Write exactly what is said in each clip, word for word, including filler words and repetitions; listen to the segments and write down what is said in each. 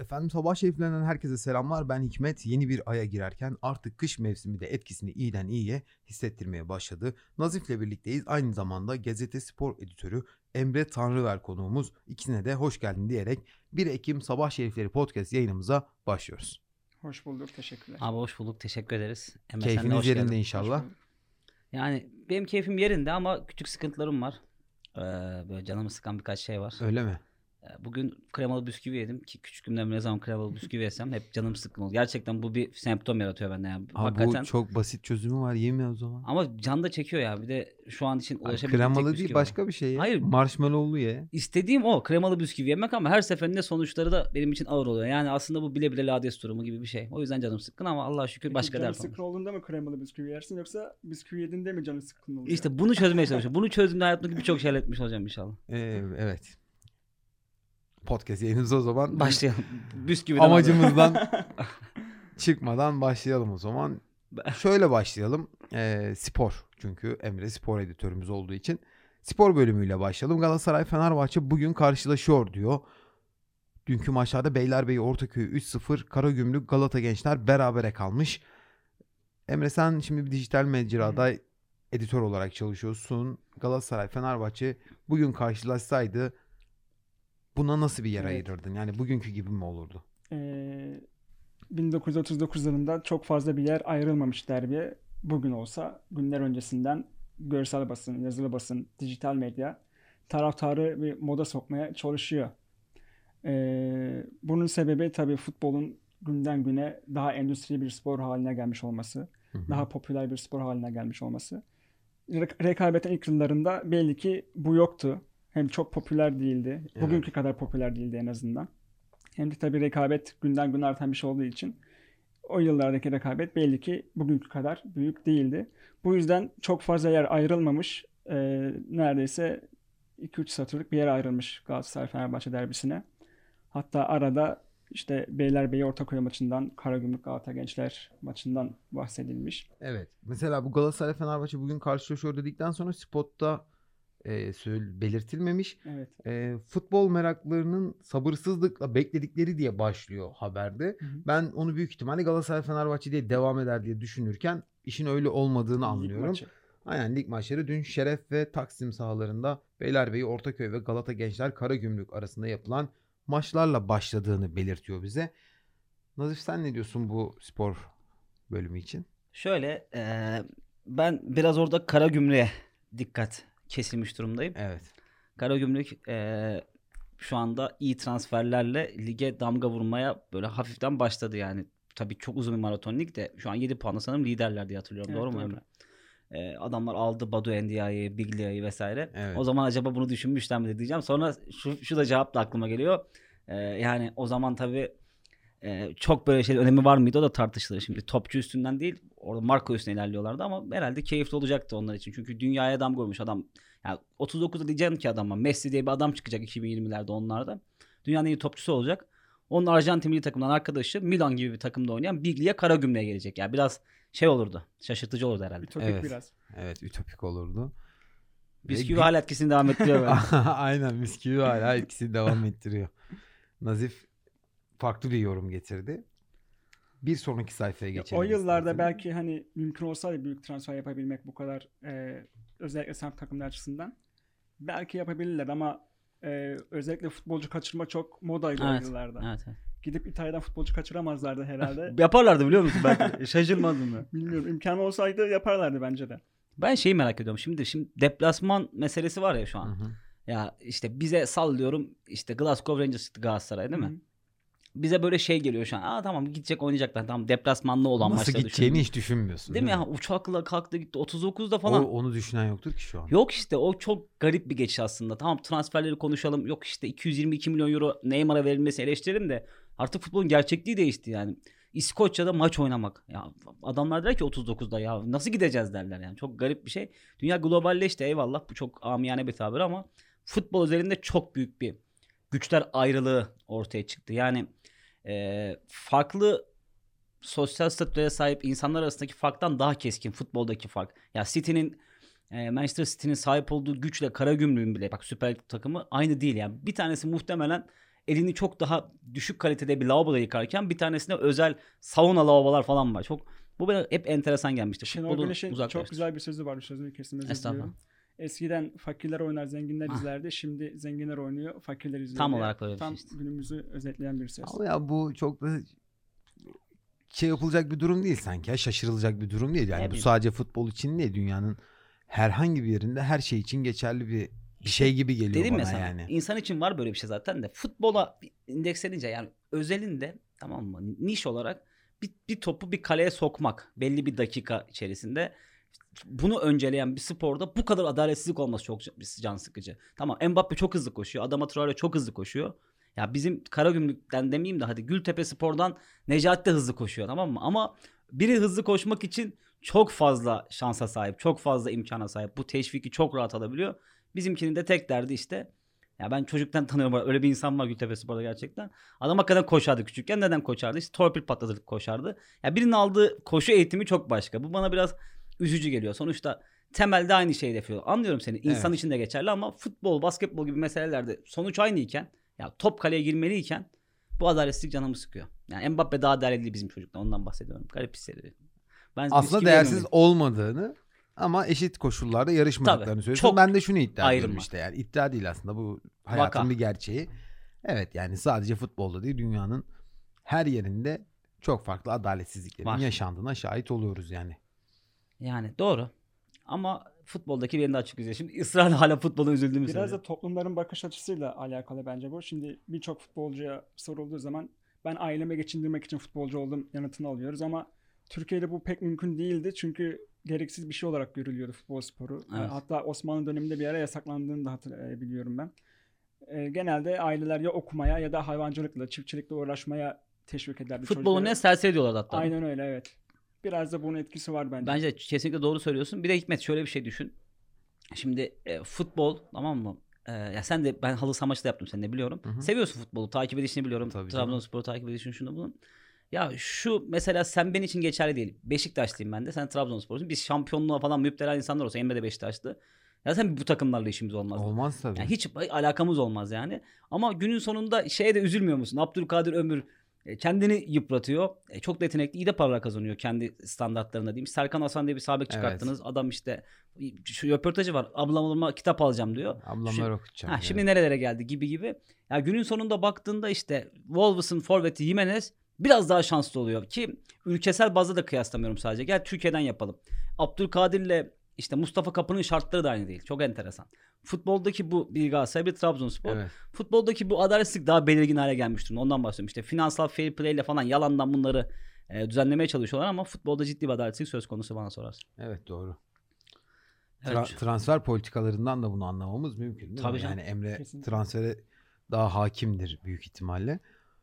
Efendim sabah şeriflerinden herkese selamlar. Ben Hikmet. Yeni bir aya girerken artık kış mevsimi de etkisini iyiden iyiye hissettirmeye başladı. Nazif'le birlikteyiz. Aynı zamanda Gazete Spor Editörü Emre Tanrıver konuğumuz. İkisine de hoş geldin diyerek bir Ekim Sabah Şerifleri Podcast yayınımıza başlıyoruz. Hoş bulduk, teşekkürler. Abi hoş bulduk, teşekkür ederiz. Emre, Keyfiniz yerinde inşallah. Yani benim keyfim yerinde ama küçük sıkıntılarım var. Ee, böyle canımı sıkan birkaç şey var. Öyle mi? Bugün kremalı bisküvi yedim ki küçüklüğümden beri ne zaman kremalı bisküvi yesem hep canım sıkkın olur. Gerçekten bu bir semptom yaratıyor bende yani. Abi Hakikaten. Bu çok basit çözümü var, yeme o zaman. Ama can da çekiyor ya. Bir de şu an için ulaşabilecek kremalı değil, başka bir şey ya. Hayır. Marshmallowlu ye. İstediğim o kremalı bisküvi yemek ama her seferinde sonuçları da benim için ağır oluyor. Yani aslında bu bile bile lades durumu gibi bir şey. O yüzden canım sıkkın ama Allah'a şükür Peki başka dert olmaz. Canı sıkkın olduğunda mı kremalı bisküvi yersin yoksa bisküvi yediğinde mi canı sıkkın oluyor? İşte bunu çözmeye çalışıyorum. Bunu çözdüğümde hayatımdaki birçok şey halletmiş olacağım inşallah. Ee, evet. Podcast yayınımıza o zaman başlayalım. Bisküviden amacımızdan çıkmadan başlayalım o zaman. Şöyle başlayalım. Ee, spor. Çünkü Emre spor editörümüz olduğu için. Spor bölümüyle başlayalım. Galatasaray Fenerbahçe bugün karşılaşıyor diyor. Dünkü maçlarda Beylerbeyi Ortaköy üç sıfır, Karagümrük Galata Gençler berabere kalmış. Emre sen şimdi bir dijital mecrada hmm. editör olarak çalışıyorsun. Galatasaray Fenerbahçe bugün karşılaşsaydı buna nasıl bir yer evet. ayırırdın? Yani bugünkü gibi mi olurdu? Ee, bin dokuz yüz otuz dokuz yılında çok fazla bir yer ayrılmamış derbiye. Bugün olsa günler öncesinden görsel basın, yazılı basın, dijital medya taraftarı bir moda sokmaya çalışıyor. Ee, bunun sebebi tabii futbolun günden güne daha endüstri bir spor haline gelmiş olması, hı hı. daha popüler bir spor haline gelmiş olması. Re- rekabetin ilk yıllarında belli ki bu yoktu. Hem çok popüler değildi. Bugünkü evet. kadar popüler değildi en azından. Hem de tabii rekabet günden güne artan bir şey olduğu için o yıllardaki rekabet belli ki bugünkü kadar büyük değildi. Bu yüzden çok fazla yer ayrılmamış. E, neredeyse iki üç satırlık bir yer ayrılmış Galatasaray Fenerbahçe derbisine. Hatta arada işte Beylerbeyi Ortaköy maçından, Karagümrük Galata Gençler maçından bahsedilmiş. Evet. Mesela bu Galatasaray Fenerbahçe bugün karşılaşıyor dedikten sonra spotta E, belirtilmemiş. Evet. E, futbol meraklarının sabırsızlıkla bekledikleri diye başlıyor haberde. Hı hı. Ben onu büyük ihtimalle Galatasaray Fenerbahçe diye devam eder diye düşünürken işin öyle olmadığını lig anlıyorum. Maçı. Aynen lig maçları dün Şeref ve Taksim sahalarında Beylerbeyi Ortaköy ve Galata Gençler Karagümrük arasında yapılan maçlarla başladığını belirtiyor bize. Nazif sen ne diyorsun bu spor bölümü için? Şöyle e, ben biraz orada Karagümrük'e dikkat kesilmiş durumdayım. Evet. Karagümrük e, şu anda iyi transferlerle lige damga vurmaya böyle hafiften başladı yani. Tabii çok uzun bir maraton lig de şu an yedi puanla sanırım liderler diye hatırlıyorum. Evet, doğru mu Emre? E, adamlar aldı Badu Endia'yı, Biglia'yı vesaire. Evet. O zaman acaba bunu düşünmüşler mi diyeceğim. Sonra şu, şu da cevap da aklıma geliyor. E, yani o zaman tabii e, çok böyle şeyin önemi var mıydı o da tartışılır. Şimdi topçu üstünden değil orada marka üstüne ilerliyorlardı ama herhalde keyifli olacaktı onlar için. Çünkü dünyaya damga vurmuş adam. Yani otuz dokuzda diyeceksin ki adama Messi diye bir adam çıkacak iki bin yirmilerde onlarda. Dünyanın en iyi topçusu olacak. Onun Arjantin milli takımdan arkadaşı Milan gibi bir takımda oynayan Biglia Karagümrük'e gelecek. Yani biraz şey olurdu. Şaşırtıcı olurdu herhalde. Ütopik evet. biraz. Evet, ütopik olurdu. Bisküvi hala etkisini devam ettiriyor. Aynen, bisküvi hala etkisini devam ettiriyor. Nazif farklı bir yorum getirdi. Bir sonraki sayfaya geçelim. O yıllarda istersen. Belki hani mümkün olsaydı büyük transfer yapabilmek bu kadar e, özellikle sert takımlar açısından belki yapabilirler ama e, özellikle futbolcu kaçırma çok modaydı evet, o yıllarda. Evet, evet. Gidip İtalya'dan futbolcu kaçıramazlardı herhalde. Yaparlardı biliyor musun belki? Şaşırmadın mı? Bilmiyorum. İmkanı olsaydı yaparlardı bence de. Ben şeyi merak ediyorum. Şimdi şimdi deplasman meselesi var ya şu an. Hı hı. Ya işte bize sallıyorum işte Glasgow Rangers Galatasaray değil mi? Hı hı. Bize böyle şey geliyor şu an. Aa tamam gidecek oynayacaklar. Tamam deplasmanlı olan maçları düşünüyorum. Nasıl gideceğini hiç düşünmüyorsun. Değil, değil mi? Ya uçakla kalktı gitti otuz dokuzda falan. O, onu düşünen yoktur ki şu an. Yok işte o çok garip bir geçiş aslında. Tamam transferleri konuşalım. Yok işte iki yüz yirmi iki milyon euro Neymar'a verilmesi eleştirelim de artık futbolun gerçekliği değişti yani. İskoçya'da maç oynamak. Ya adamlar der ki otuz dokuzda ya nasıl gideceğiz derler yani. Çok garip bir şey. Dünya globalleşti eyvallah. Bu çok amiyane bir tabir ama futbol üzerinde çok büyük bir güçler ayrılığı ortaya çıktı. Yani e, farklı sosyal statülere sahip insanlar arasındaki farktan daha keskin futboldaki fark. Ya City'nin e, Manchester City'nin sahip olduğu güçle Karagümrük'ün bile bak Süper Lig takımı aynı değil yani. Bir tanesi muhtemelen elini çok daha düşük kalitede bir lavaboda yıkarken bir tanesinde özel sauna lavabolar falan var. Çok bu bana hep enteresan gelmişti. Şenol Futbolu Güneş'in çok uzaklaştır. güzel bir sözü var. Sözünü kesin özür Estağfurullah. diliyorum. Eskiden fakirler oynar, zenginler Ah. izlerdi. Şimdi zenginler oynuyor, fakirler izliyor. Tam diye. olarak öyle bir Tam şey işte. günümüzü özetleyen bir söz. Ama ya bu çok da şey yapılacak bir durum değil sanki. Ya. Şaşırılacak bir durum değil. Yani Ne bu bileyim. sadece futbol için değil. Dünyanın herhangi bir yerinde her şey için geçerli bir bir şey gibi geliyor Dedim bana ya sana, yani. insan için var böyle bir şey zaten de. Futbola indekslenince yani özelinde, tamam mı, niş olarak bir, bir topu bir kaleye sokmak belli bir dakika içerisinde, bunu önceleyen bir sporda bu kadar adaletsizlik olması çok can sıkıcı. Tamam, Mbappe çok hızlı koşuyor. Adama Traore çok hızlı koşuyor. Ya bizim Karagümrük'ten demeyeyim de hadi Gültepe Spor'dan Necati de hızlı koşuyor, tamam mı? Ama biri hızlı koşmak için çok fazla şansa sahip, çok fazla imkana sahip. Bu teşviki çok rahat alabiliyor. Bizimkinin de tek derdi işte. Ya ben çocuktan tanıyorum, öyle bir insan var Gültepe Spor'da gerçekten. Adam hakikaten koşardı küçükken. Neden koşardı? İşte torpil patlatırıp koşardı. Ya birinin aldığı koşu eğitimi çok başka. Bu bana biraz üzücü geliyor. Sonuçta temelde aynı şeyi yapıyor. Anlıyorum seni. İnsan Evet. için de geçerli ama futbol, basketbol gibi meselelerde sonuç aynıyken, ya top kaleye girmeliyken bu adaletsizlik canımı sıkıyor. Yani Mbappe daha adaletli bizim çocuklar. Ondan bahsediyorum. Garip hissediyorum. Ben Aslında riski değersiz vermemeliyim. olmadığını ama eşit koşullarda yarışmadıklarını Tabii, söylüyorsun. çok Ben de şunu iddia ayrım ediyorum var. işte yani. İddia değil aslında, bu hayatın Vaka. bir gerçeği. Evet yani sadece futbolda değil, dünyanın her yerinde çok farklı adaletsizliklerin Var. yaşandığına şahit oluyoruz yani. Yani doğru. Ama futboldaki birini de açık üzere. Şimdi ısrarla hala futbola üzüldüğümü Biraz söylüyorum. da toplumların bakış açısıyla alakalı bence bu. Şimdi birçok futbolcuya sorulduğu zaman ben aileme geçindirmek için futbolcu oldum yanıtını alıyoruz ama Türkiye'de bu pek mümkün değildi. Çünkü gereksiz bir şey olarak görülüyordu futbol sporu. Evet. Hatta Osmanlı döneminde bir ara yasaklandığını da hatırlayabiliyorum ben. E, genelde aileler ya okumaya ya da hayvancılıkla, çiftçilikle uğraşmaya teşvik ederdi Futbolu çocukları. ne serseri ediyorlar hatta. Aynen öyle, evet. Biraz da bunun etkisi var bence. Bence kesinlikle doğru söylüyorsun. Bir de Hikmet şöyle bir şey düşün. Şimdi e, futbol, tamam mı? E, ya sen de, ben halı saha maçı da yaptım seninle, biliyorum. Hı hı. Seviyorsun futbolu. Takip edişini biliyorum. Tabii canım. Trabzonspor'u takip edişini, şunu bunu. Ya şu mesela sen benim için geçerli değil. Beşiktaşlıyım ben de. Sen Trabzonspor'sun. Biz şampiyonluğa falan müptela insanlar olsa, Emre de Beşiktaşlı. Ya sen bu takımlarla işimiz olmaz. Olmaz tabii. Yani hiç alakamız olmaz yani. Ama günün sonunda şeye de üzülmüyor musun? Abdülkadir Ömür e, kendini yıpratıyor. E, çok da yetenekli, iyi de paralar kazanıyor kendi standartlarında diyeyim. Serkan Hasan diye bir sabek çıkarttınız. Evet. Adam işte şu röportajı var. Ablamla kitap alacağım diyor. Ablamlar okutacağım. Ha, yani. Şimdi nerelere geldi gibi gibi. Ya günün sonunda baktığında işte Wolves'ın forveti Jimenez biraz daha şanslı oluyor ki ülkesel bazda da kıyaslamıyorum sadece. Gel Türkiye'den yapalım. Abdülkadir'le işte Mustafa Kapı'nın şartları da aynı değil. Çok enteresan. Futboldaki bu bir Galatasaray, bir Trabzonspor. Evet. Futboldaki bu adaletsizlik daha belirgin hale gelmiş durumda. Ondan bahsediyorum. İşte finansal fair play ile falan yalandan bunları e, düzenlemeye çalışıyorlar ama futbolda ciddi bir adaletsizlik söz konusu bana sorarsın. Evet, doğru. Evet. Tra- transfer politikalarından da bunu anlamamız mümkün değil Tabii mi? canım. Yani Emre Kesinlikle. transfere daha hakimdir büyük ihtimalle.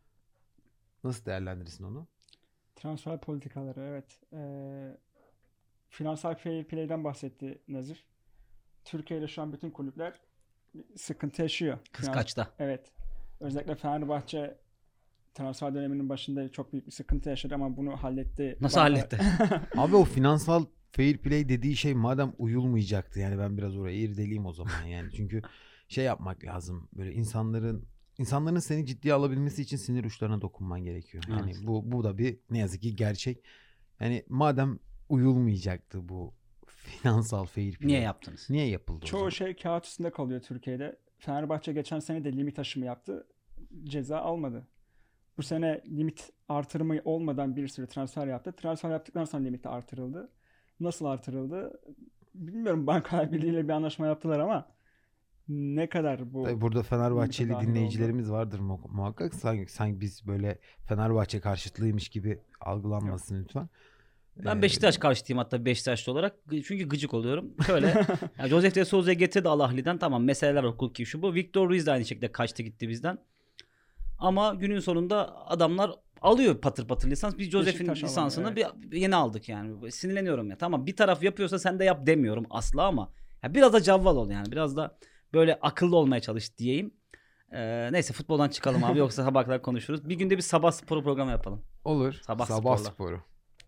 Nasıl değerlendirirsin onu? Transfer politikaları, evet. Ee, finansal fair play'den bahsetti Nazif. Türkiye'de şu an bütün kulüpler sıkıntı yaşıyor. Kıskaçta. Evet. Özellikle Fenerbahçe transfer döneminin başında çok büyük bir sıkıntı yaşadı ama bunu halletti. Nasıl Bana... halletti? Abi o finansal fair play dediği şey madem uyulmayacaktı, yani ben biraz oraya irdeleyeyim o zaman yani. Çünkü şey yapmak lazım, böyle insanların insanların seni ciddiye alabilmesi için sinir uçlarına dokunman gerekiyor. Yani evet. bu bu da bir ne yazık ki gerçek. Yani madem uyulmayacaktı bu finansal fair play, niye yaptınız? Niye yapıldı? Çoğu şey kağıt üstünde kalıyor Türkiye'de. Fenerbahçe geçen sene de limit aşımı yaptı. Ceza almadı. Bu sene limit artırımı olmadan bir sürü transfer yaptı. Transfer yaptıktan sonra limiti artırıldı. Nasıl artırıldı? Bilmiyorum, Bankalar Birliği'yle bir anlaşma yaptılar ama ne kadar bu... Tabii burada Fenerbahçeli dinleyicilerimiz oldu. Vardır mu- muhakkak. Sanki, sanki biz böyle Fenerbahçe karşıtlığıymış gibi algılanmasın Yok. lütfen. Ben Beşiktaş karşıtıyım hatta, Beşiktaşlı olarak. Çünkü gıcık oluyorum. Şöyle yani Josef de Souza'yı getirdi Al Ahly'den. Tamam, meseleler hukuki şu bu. Victor Ruiz de aynı şekilde kaçtı gitti bizden. Ama günün sonunda adamlar alıyor patır patır lisans. Biz Josef'in lisansını alanı, evet. bir, yeni aldık yani. Sinirleniyorum ya. Tamam, bir taraf yapıyorsa sen de yap demiyorum asla ama ya biraz da cavval ol yani. Biraz da böyle akıllı olmaya çalış diyeyim. Ee, neyse futboldan çıkalım abi, yoksa sabah kadar konuşuruz. Bir günde bir sabah sporu programı yapalım. Olur. Sabah, sabah sporu.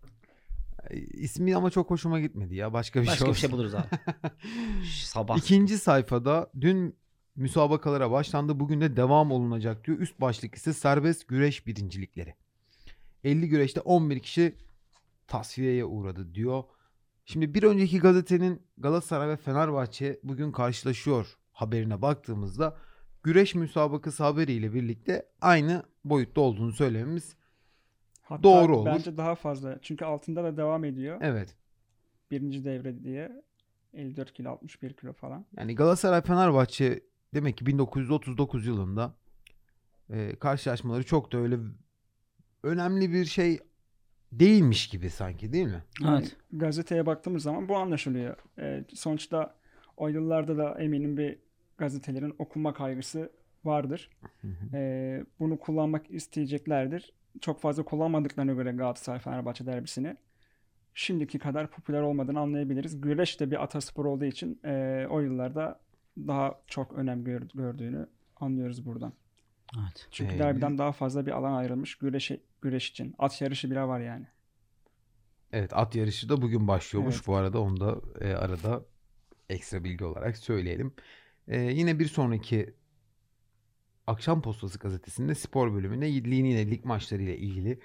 İsmi ama çok hoşuma gitmedi ya. Başka bir Başka şey bir şey buluruz abi. Sabah. İkinci sayfada dün müsabakalara başlandı. Bugün de devam olunacak diyor. Üst başlık ise serbest güreş birincilikleri. elli güreşte on bir kişi tasfiyeye uğradı diyor. Şimdi bir önceki gazetenin Galatasaray ve Fenerbahçe bugün karşılaşıyor haberine baktığımızda güreş müsabakası haberiyle birlikte aynı boyutta olduğunu söylememiz Hatta doğru olur. bence daha fazla. Çünkü altında da devam ediyor. Evet. Birinci devre diye. elli dört kilo, altmış bir kilo falan. Yani Galatasaray Fenerbahçe demek ki bin dokuz yüz otuz dokuz yılında e, karşılaşmaları çok da öyle önemli bir şey değilmiş gibi sanki, değil mi? Yani Evet. gazeteye baktığımız zaman bu anlaşılıyor. Ee, sonuçta o yıllarda da eminim bir gazetelerin okuma kaygısı vardır. Hı hı. Ee, bunu kullanmak isteyeceklerdir. Çok fazla kullanmadıklarına göre Galatasaray-Fenerbahçe derbisini şimdiki kadar popüler olmadığını anlayabiliriz. Güreş de bir ataspor olduğu için e, o yıllarda daha çok önem gör- gördüğünü anlıyoruz buradan. Evet. Çünkü Ee, derbiden daha fazla bir alan ayrılmış güreşe, güreş için. At yarışı bile var yani. Evet, at yarışı da bugün başlıyormuş. Evet. Bu arada onu da e, arada ekstra bilgi olarak söyleyelim. E, yine bir sonraki Akşam Postası gazetesinde spor bölümünde ligin yine lig maçları ile ilgili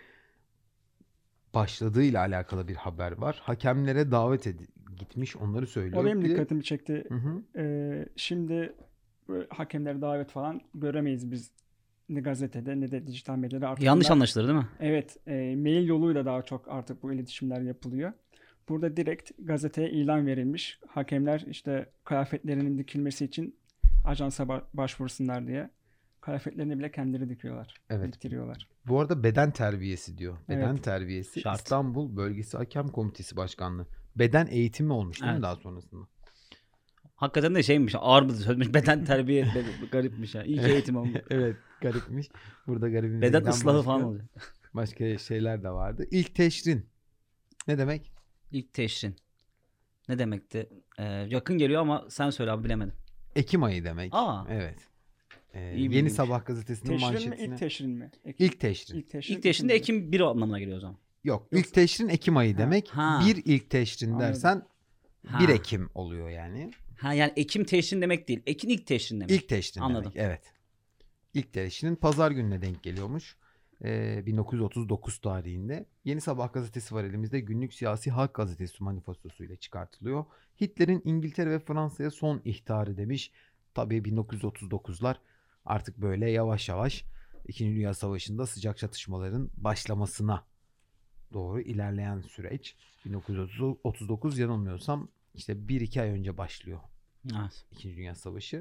başladığıyla alakalı bir haber var. Hakemlere davet ed- gitmiş, onları söylüyor. O benim Bir de- dikkatimi çekti. Hı hı. Ee, şimdi böyle hakemlere davet falan göremeyiz biz. Ne gazetede ne de dijital medyada artık. Yanlış bunlar- anlaşılır değil mi? Evet, e, mail yoluyla daha çok artık bu iletişimler yapılıyor. Burada direkt gazeteye ilan verilmiş. Hakemler işte kıyafetlerinin dikilmesi için ajansa ba- başvursunlar diye. Kıyafetlerini bile kendileri dikiyorlar. Evet. Diktiriyorlar. Bu arada beden terbiyesi diyor. Beden Evet. terbiyesi Şart. İstanbul Bölgesi Hakem Komitesi Başkanlığı. Beden eğitimi olmuş değil mi Evet. daha sonrasında? Hakikaten de şeymiş, ağır mı sözmüş, beden terbiye be- garipmiş ha. İyi ki eğitim olmuş. Evet, garipmiş. Burada garibimiz Beden neyden ıslahı başka- falan oluyor. Başka şeyler de vardı. İlk teşrin. Ne demek? İlk teşrin. Ne demekti? Ee, yakın geliyor ama sen söyle abi, bilemedim. Ekim ayı demek. Aa. Evet. Ee, İyi Yeni bilgiymiş. Sabah gazetesinin Teşrin mi? manşetine. İlk teşrin mi? Ekim- İlk teşrin. İlk teşrin. İlk teşrin de ikinci- Ekim bir anlamına geliyor o zaman. Yok, Yoksa- ilk teşrin Ekim ayı Ha. demek. Ha. Bir ilk teşrin Anladım. dersen Ha. bir Ekim oluyor yani. Ha yani Ekim teşrin demek değil. Ekin ilk teşrin demek. İlk teşrin Anladım. demek. Evet. İlk teşrinin pazar gününe denk geliyormuş. Ee, bin dokuz yüz otuz dokuz tarihinde. Yeni Sabah gazetesi var elimizde. Günlük Siyasi Halk Gazetesi manifestosuyla çıkartılıyor. Hitler'in İngiltere ve Fransa'ya son ihtarı demiş. Tabii bin dokuz yüz otuz dokuzlar artık böyle yavaş yavaş İkinci Dünya Savaşı'nda sıcak çatışmaların başlamasına doğru ilerleyen süreç. bin dokuz yüz otuz dokuz yanılmıyorsam işte bir iki ay önce başlıyor Evet. İkinci Dünya Savaşı.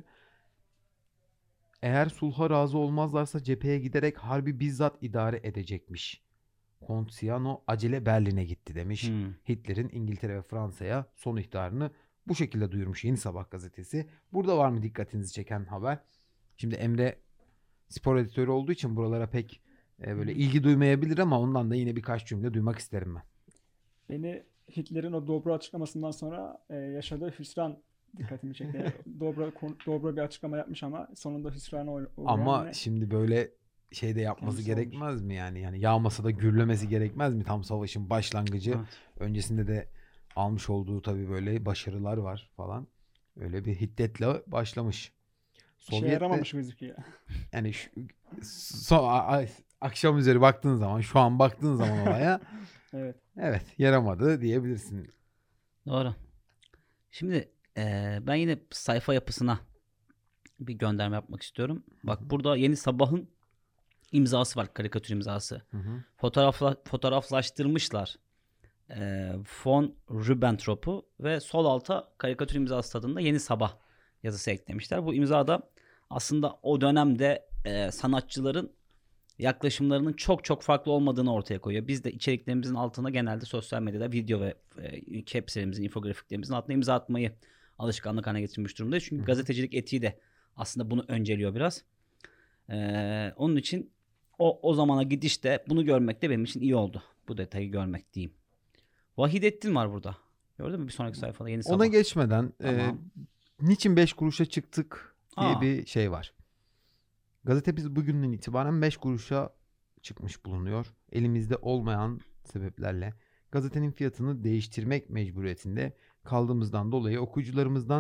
Eğer sulha razı olmazlarsa cepheye giderek harbi bizzat idare edecekmiş. Pontiano acele Berlin'e gitti demiş. Hmm. Hitler'in İngiltere ve Fransa'ya son ihtarını bu şekilde duyurmuş Yeni Sabah gazetesi. Burada var mı dikkatinizi çeken haber? Şimdi Emre spor editörü olduğu için buralara pek e, böyle ilgi duymayabilir ama ondan da yine birkaç cümle duymak isterim ben. Beni Hitler'in o Dobro açıklamasından sonra e, yaşadığı hüsran dikkatimi çekti. Dobro, kon- Dobro bir açıklama yapmış ama sonunda hüsrana uğrayan Ama ve- şimdi böyle şey de yapması Kendisi gerekmez mi yani? Yani yağmasa da gürlemesi gerekmez mi tam savaşın başlangıcı? Evet. Öncesinde de almış olduğu tabii böyle başarılar var falan. Öyle bir hiddetle başlamış. işe Sovyet de- yaramamış gözüküyor. yani şu, so- a- a- akşam üzeri baktığın zaman, şu an baktığın zaman olaya Evet. evet yaramadı diyebilirsin. Doğru. Şimdi eee, ben yine sayfa yapısına bir gönderme yapmak istiyorum. Bak burada Yeni Sabah'ın imzası var, karikatür imzası. Hı hı. Fotoğrafla, fotoğraflaştırmışlar eee von Ribbentrop'u ve sol alta karikatür imzası tadında Yeni Sabah yazısı eklemişler. Bu imzada aslında o dönemde eee, sanatçıların yaklaşımlarının çok çok farklı olmadığını ortaya koyuyor. Biz de içeriklerimizin altına genelde sosyal medyada video ve e, capslerimizin, infografiklerimizin altına imza atmayı alışkanlık haline getirmiş durumdayız. Çünkü Hı hı. gazetecilik etiği de aslında bunu önceliyor biraz. Ee, onun için o o zamana gidişte bunu görmek de benim için iyi oldu. Bu detayı görmek diyeyim. Vahidettin var burada. Gördün mü bir sonraki sayfada Yeni Sabah. Ona geçmeden e, Tamam. niçin beş kuruşa çıktık diye Aa. bir şey var. Gazete biz bugünden itibaren beş kuruşa çıkmış bulunuyor. Elimizde olmayan sebeplerle gazetenin fiyatını değiştirmek mecburiyetinde kaldığımızdan dolayı okuyucularımızdan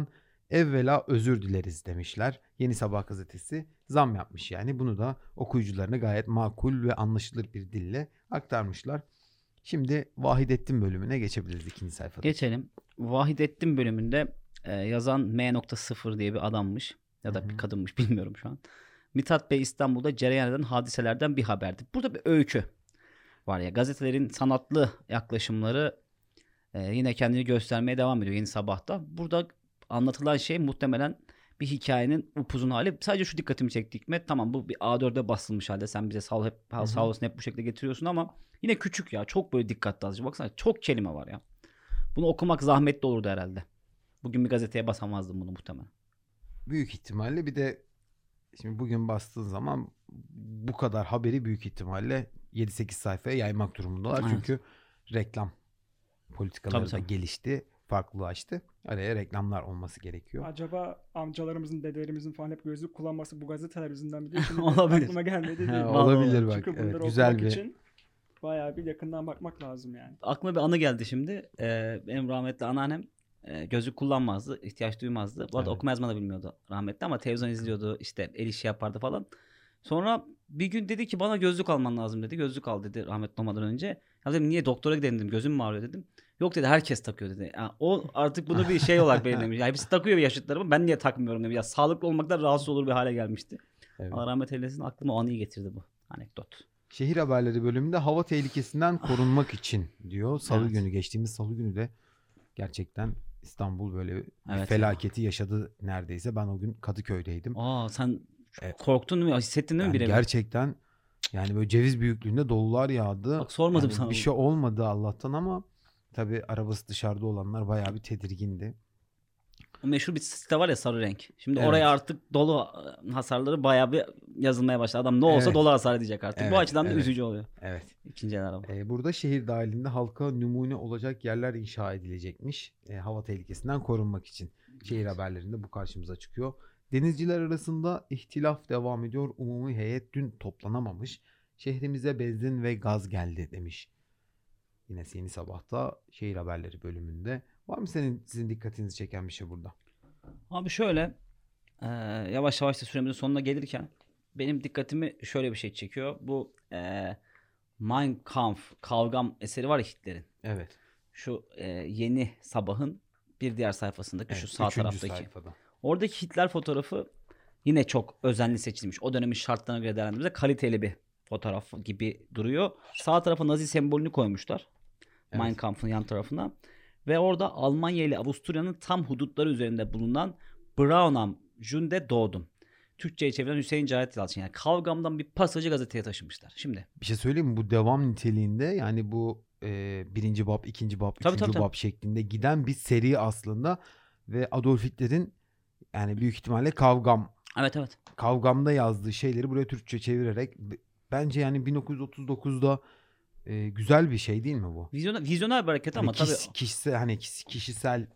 Evvela özür dileriz demişler. Yeni Sabah gazetesi zam yapmış yani. Bunu da okuyucularına gayet makul ve anlaşılır bir dille aktarmışlar. Şimdi Vahidettin bölümüne geçebiliriz ikinci sayfada. Geçelim. Vahidettin bölümünde e, yazan M sıfır diye bir adammış. Ya da Hı hı. bir kadınmış, bilmiyorum şu an. Mithat Bey İstanbul'da cereyan eden hadiselerden bir haberdi. Burada bir öykü var ya. Gazetelerin sanatlı yaklaşımları e, yine kendini göstermeye devam ediyor Yeni Sabah'ta. Burada anlatılan şey muhtemelen bir hikayenin upuzun hali. Sadece şu dikkatimi çekti Hikmet. Tamam, bu bir A dörde basılmış halde. Sen bize sağ, hep, sağ olasın hep bu şekilde getiriyorsun ama yine küçük ya. Çok böyle dikkat dağıtıcı. Baksana, çok kelime var ya. Bunu okumak zahmetli olurdu herhalde. Bugün bir gazeteye basamazdım bunu muhtemelen. Büyük ihtimalle bir de şimdi bugün bastığın zaman bu kadar haberi büyük ihtimalle yedi sekiz sayfaya yaymak durumundalar. Evet. Çünkü reklam politikaları Tabii, da tabii. gelişti, farklılaştı. Araya reklamlar olması gerekiyor. Acaba amcalarımızın, dedelerimizin falan hep gözlük kullanması bu gazeteler yüzünden mi diye şimdi Olabilir. aklıma gelmedi değil. Ha, Vallahi olabilir bak. Çünkü bunları Evet, güzel okumak bir için bayağı bir yakından bakmak lazım yani. Aklıma bir anı geldi şimdi. Ee, benim rahmetli anneannem e, gözlük kullanmazdı. İhtiyaç duymazdı. Bu arada Evet. okuma yazma da bilmiyordu rahmetli ama televizyon izliyordu. İşte el işi yapardı falan. Sonra bir gün dedi ki bana gözlük alman lazım dedi. Gözlük al dedi rahmetli olmadan önce. Ya dedim niye, doktora gidelim dedim. Gözüm mü ağrıyor dedim. Yok dedi, herkes takıyor dedi. Yani o artık bunu bir şey olarak belirlemiş. Yani hepsi takıyor yaşıtlarımı, ben niye takmıyorum dedim. Ya sağlıklı olmaktan rahatsız olur bir hale gelmişti. Evet. Allah rahmet eylesin, aklıma o anıyı getirdi bu anekdot. Şehir haberleri bölümünde hava tehlikesinden korunmak için diyor. Salı Evet. günü, geçtiğimiz salı günü de gerçekten İstanbul böyle bir Evet. felaketi yaşadı neredeyse. Ben o gün Kadıköy'deydim. Aa, sen Evet. korktun mu? Hissettin değil mi Yani birebir? gerçekten yani böyle ceviz büyüklüğünde dolular yağdı. Bak sormadım Yani sana bir bunu. şey olmadı Allah'tan ama tabii arabası dışarıda olanlar bayağı bir tedirgindi. O meşhur bir site var ya, sarı renk. Şimdi Evet. oraya artık dolu e, hasarları bayağı bir yazılmaya başladı. Adam ne olsa Evet. dolu hasar edecek artık. Evet, Bu açıdan da evet. üzücü oluyor. Evet. İkinci el araba. Ee, burada şehir dahilinde halka numune olacak yerler inşa edilecekmiş. Ee, hava tehlikesinden korunmak için. Şehir haberlerinde bu karşımıza çıkıyor. Denizciler arasında ihtilaf devam ediyor. Umumi heyet dün toplanamamış. Şehrimize benzin ve gaz geldi demiş. Yine Yeni Sabah'ta şehir haberleri bölümünde. Var mı senin sizin dikkatinizi çeken bir şey burada? Abi şöyle e, yavaş yavaş da süremizin sonuna gelirken benim dikkatimi şöyle bir şey çekiyor. Bu e, Mein Kampf, Kavgam eseri var ya Hitler'in. Evet. Şu e, Yeni Sabah'ın bir diğer sayfasındaki Evet, şu sağ üçüncü taraftaki. sayfada. Oradaki Hitler fotoğrafı yine çok özenli seçilmiş. O dönemin şartlarına göre değerlendirildiğimizde kaliteli bir fotoğraf gibi duruyor. Sağ tarafa Nazi sembolünü koymuşlar. Evet. Mein Kampf'ın yan tarafına. Ve orada Almanya ile Avusturya'nın tam hudutları üzerinde bulunan Braunam Jünde doğdum. Türkçe'ye çevrilen Hüseyin Cahit Yalçın. Yani Kavgam'dan bir pasajı gazeteye taşımışlar. Şimdi. Bir şey söyleyeyim mi? Bu devam niteliğinde yani bu e, birinci bab, ikinci bab, Tabii, üçüncü tabii, bab şeklinde giden bir seri aslında ve Adolf Hitler'in yani büyük ihtimalle kavgam Evet, evet. kavgamda yazdığı şeyleri buraya Türkçe çevirerek b- bence yani bin dokuz yüz otuz dokuzda e, güzel bir şey değil mi bu? Vizyoner, vizyoner bir hareket Hani ama kişi- tabii kişisel hani kişi- kişisel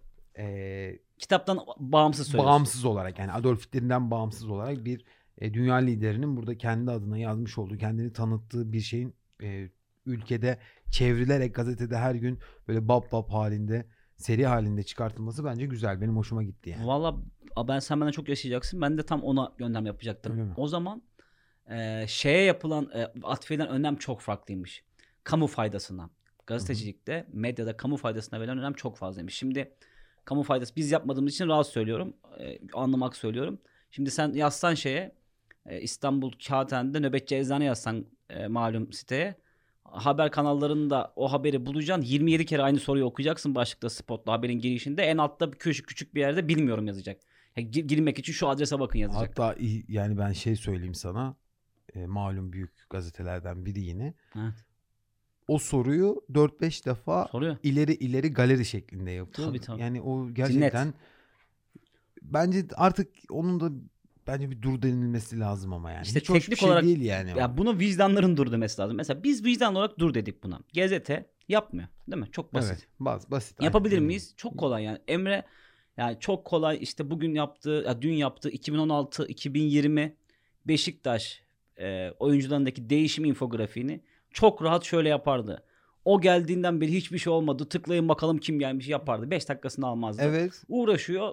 e, kitaptan bağımsız söylüyorsun. bağımsız olarak yani Adolf Hitler'den bağımsız olarak bir e, dünya liderinin burada kendi adına yazmış olduğu, kendini tanıttığı bir şeyin e, ülkede çevrilerek gazetede her gün böyle bab bab halinde, seri halinde çıkartılması bence güzel. Benim hoşuma gitti yani. Valla ben, sen benden çok yaşayacaksın. Ben de tam ona gönderme yapacaktım. Öyle mi? O zaman e, şeye yapılan e, atfedilen önem çok farklıymış. Kamu faydasına. Gazetecilikte, medyada kamu faydasına verilen önem çok fazlaymış. Şimdi kamu faydası biz yapmadığımız için rahat söylüyorum. E, anlamak söylüyorum. Şimdi sen yazsan şeye e, İstanbul Kağıthane'de nöbetçi eczane yazsan e, malum siteye. Haber kanallarında o haberi bulacaksın. yirmi yedi kere aynı soruyu okuyacaksın başlıkta, spotla, haberin girişinde. En altta bir küçük küçük bir yerde bilmiyorum yazacak. Yani gir- girmek için şu adrese bakın yazacak. Hatta i- yani ben şey söyleyeyim sana, e, malum büyük gazetelerden biri yine. Evet. O soruyu dört beş defa Soruyor. ileri ileri galeri şeklinde yapıyor. Tabii, tabii. Yani o gerçekten bence artık onun da bence bir dur denilmesi lazım ama yani. İşte Hiç hoş bir teknik şey olarak değil yani. o. ya bunu vicdanların dur demesi lazım. Mesela biz vicdan olarak dur dedik buna. Gazete yapmıyor, değil mi? Çok basit. Evet, bas, basit. Yapabilir aynen. miyiz? Çok kolay yani. Emre yani çok kolay işte bugün yaptığı, ya dün yaptığı iki bin on altı iki bin yirmi Beşiktaş e, oyuncularındaki değişim infografiğini çok rahat şöyle yapardı. O geldiğinden beri hiçbir şey olmadı. Tıklayın bakalım kim gelmiş yapardı. beş dakikasını almazdı. Evet. Uğraşıyor.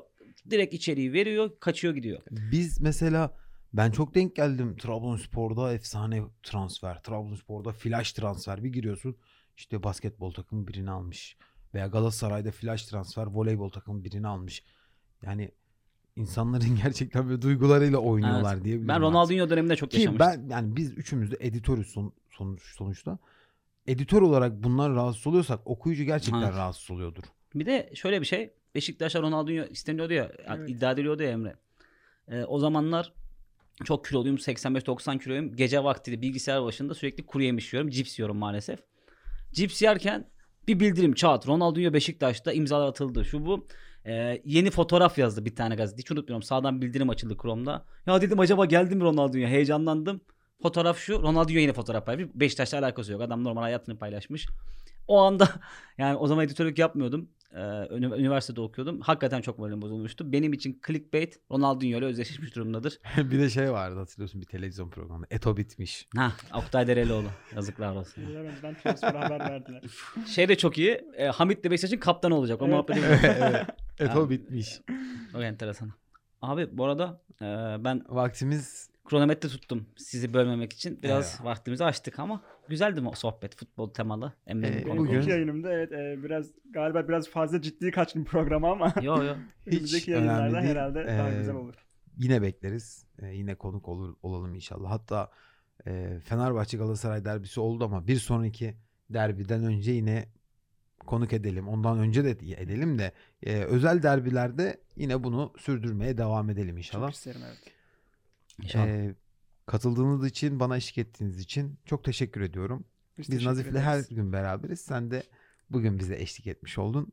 Direkt içeriği veriyor, kaçıyor gidiyor. Biz mesela ben çok denk geldim Trabzonspor'da efsane transfer. Trabzonspor'da flash transfer. Bir giriyorsun işte basketbol takımı birini almış. Veya Galatasaray'da flash transfer voleybol takımı birini almış. Yani insanların gerçekten böyle duygularıyla oynuyorlar Evet. diye bir Ben durum var. Ronaldinho döneminde çok Ki yaşamıştım. ben yani biz üçümüz de editörüz son, sonuç, sonuçta. Editör olarak bunlar rahatsız oluyorsak okuyucu gerçekten Evet. rahatsız oluyordur. Bir de şöyle bir şey. Beşiktaş'ta Ronaldinho isteniyordu ya. Evet. iddia ediliyordu ya Emre. Ee, o zamanlar çok kiloluyum. seksen beş doksan kiloyum. Gece vakti de bilgisayar başında sürekli kuru yemiş yiyorum. Cips yiyorum maalesef. Cips yerken bir bildirim çat. Ronaldinho Beşiktaş'ta imzalar atıldı. Şu bu. Ee, yeni fotoğraf yazdı bir tane gazete. Hiç unutmuyorum. Sağdan bildirim açıldı Chrome'da. Ya dedim acaba geldi mi Ronaldinho? Heyecanlandım. Fotoğraf şu. Ronaldinho yeni fotoğraf paylaşmış. Beşiktaş'la alakası yok. Adam normal hayatını paylaşmış. O anda yani o zaman editörlük yapmıyordum. Ee, ünü- üniversitede okuyordum. Hakikaten çok moralim bozulmuştu. Benim için clickbait Ronaldinho ile özdeşleşmiş durumdadır. Bir de şey vardı hatırlıyorsun bir televizyon programında. Eto bitmiş. Ha, Oktay Derelioğlu. Yazıklar olsun. Ben transfer haber verdiler. Şey de çok iyi. E, Hamit de Beşiktaş'ın kaptanı olacak. O Evet. muhabbeti Evet. Eto Abi. bitmiş. o enteresan. Abi bu arada e, ben Vaktimiz kronometre tuttum sizi bölmemek için. Biraz Evet. vaktimizi açtık ama güzeldi mi o sohbet futbol temalı? Emre'nin Ee, konu bugün- İlk yayınımda evet e, biraz galiba biraz fazla ciddi kaçtım programa ama Yo yo. önümüzdeki önemli yayınlarda değil. herhalde daha Ee, güzel olur. yine bekleriz. Ee, yine konuk olur olalım inşallah. Hatta e, Fenerbahçe Galatasaray derbisi oldu ama bir sonraki derbiden önce yine konuk edelim. Ondan önce de edelim de e, özel derbilerde yine bunu sürdürmeye devam edelim inşallah. Çok isterim evet. İnşallah. Ee, katıldığınız için, bana eşlik ettiğiniz için çok teşekkür ediyorum. Biz, Biz teşekkür Nazif'le her ederiz. gün beraberiz. Sen de bugün bize eşlik etmiş oldun.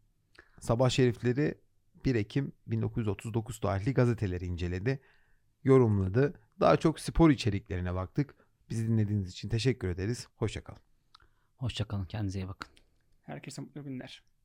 Sabah Şerifleri bir Ekim bin dokuz yüz otuz dokuz tarihli gazeteleri inceledi, yorumladı. Daha çok spor içeriklerine baktık. Bizi dinlediğiniz için teşekkür ederiz. Hoşça kalın. Hoşçakalın. Kendinize iyi bakın. Herkese mutlu günler.